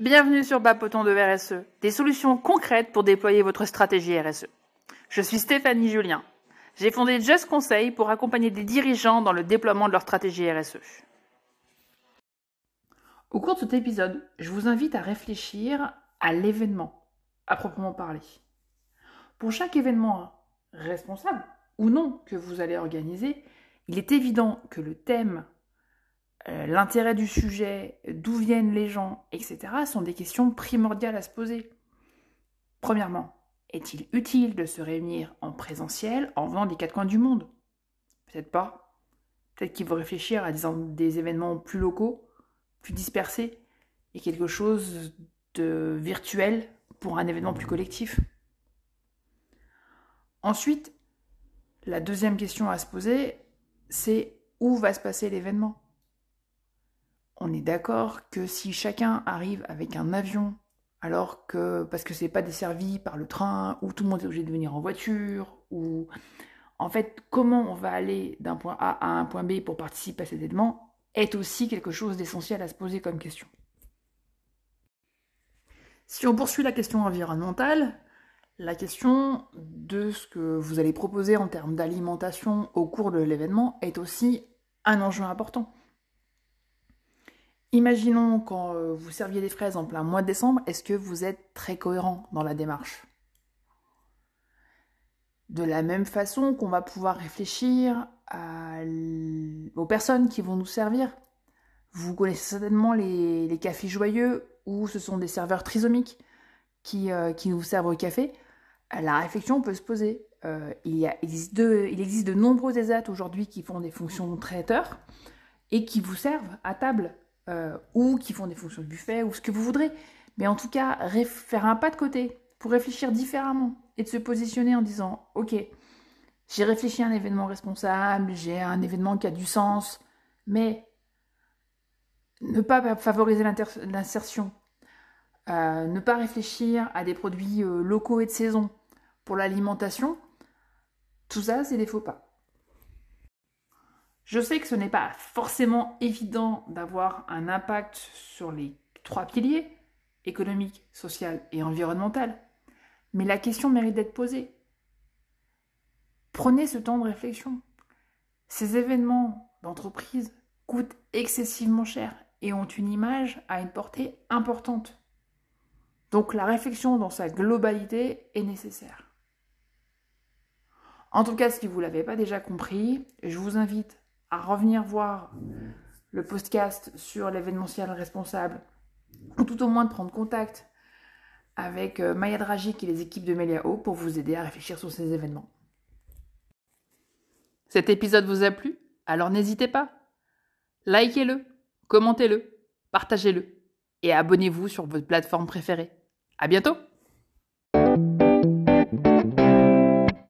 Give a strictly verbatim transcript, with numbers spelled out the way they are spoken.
Bienvenue sur Papoton de R S E, des solutions concrètes pour déployer votre stratégie R S E. Je suis Stéphanie Julien. J'ai fondé Just Conseil pour accompagner des dirigeants dans le déploiement de leur stratégie R S E. Au cours de cet épisode, je vous invite à réfléchir à l'événement, à proprement parler. Pour chaque événement responsable, ou non, que vous allez organiser, il est évident que le thème, euh, l'intérêt du sujet, d'où viennent les gens, et cetera sont des questions primordiales à se poser. Premièrement, est-il utile de se réunir en présentiel en venant des quatre coins du monde? Peut-être pas. Peut-être qu'il faut réfléchir à des, des événements plus locaux, plus dispersés, et quelque chose de virtuel pour un événement plus collectif. Ensuite, la deuxième question à se poser, c'est où va se passer l'événement? On est d'accord que si chacun arrive avec un avion, alors que, parce que c'est pas desservi par le train, ou tout le monde est obligé de venir en voiture, ou en fait, comment on va aller d'un point A à un point B pour participer à cet événement, est aussi quelque chose d'essentiel à se poser comme question. Si on poursuit la question environnementale, la question de ce que vous allez proposer en termes d'alimentation au cours de l'événement est aussi un enjeu important. Imaginons quand vous serviez des fraises en plein mois de décembre, est-ce que vous êtes très cohérent dans la démarche? De la même façon qu'on va pouvoir réfléchir à l... aux personnes qui vont nous servir. Vous connaissez certainement les, les cafés joyeux où ce sont des serveurs trisomiques qui, euh, qui nous servent au café. La réflexion peut se poser. Euh, il, y a, il, existe de, il existe de nombreux E S A T aujourd'hui qui font des fonctions de traiteurs et qui vous servent à table. Euh, ou qui font des fonctions de buffet, ou ce que vous voudrez. Mais en tout cas, réf- faire un pas de côté pour réfléchir différemment et de se positionner en disant « Ok, j'ai réfléchi à un événement responsable, j'ai un événement qui a du sens, mais ne pas favoriser l'inter- l'insertion, euh, ne pas réfléchir à des produits euh, locaux et de saison pour l'alimentation, tout ça, c'est des faux pas. » Je sais que ce n'est pas forcément évident d'avoir un impact sur les trois piliers, économique, social et environnemental, mais la question mérite d'être posée. Prenez ce temps de réflexion. Ces événements d'entreprise coûtent excessivement cher et ont une image à une portée importante. Donc la réflexion dans sa globalité est nécessaire. En tout cas, si vous ne l'avez pas déjà compris, je vous invite à revenir voir le podcast sur l'événementiel responsable, ou tout au moins de prendre contact avec Maya Dragic et les équipes de Meliao pour vous aider à réfléchir sur ces événements. Cet épisode vous a plu? Alors n'hésitez pas. Likez-le, commentez-le, partagez-le et abonnez-vous sur votre plateforme préférée. À bientôt!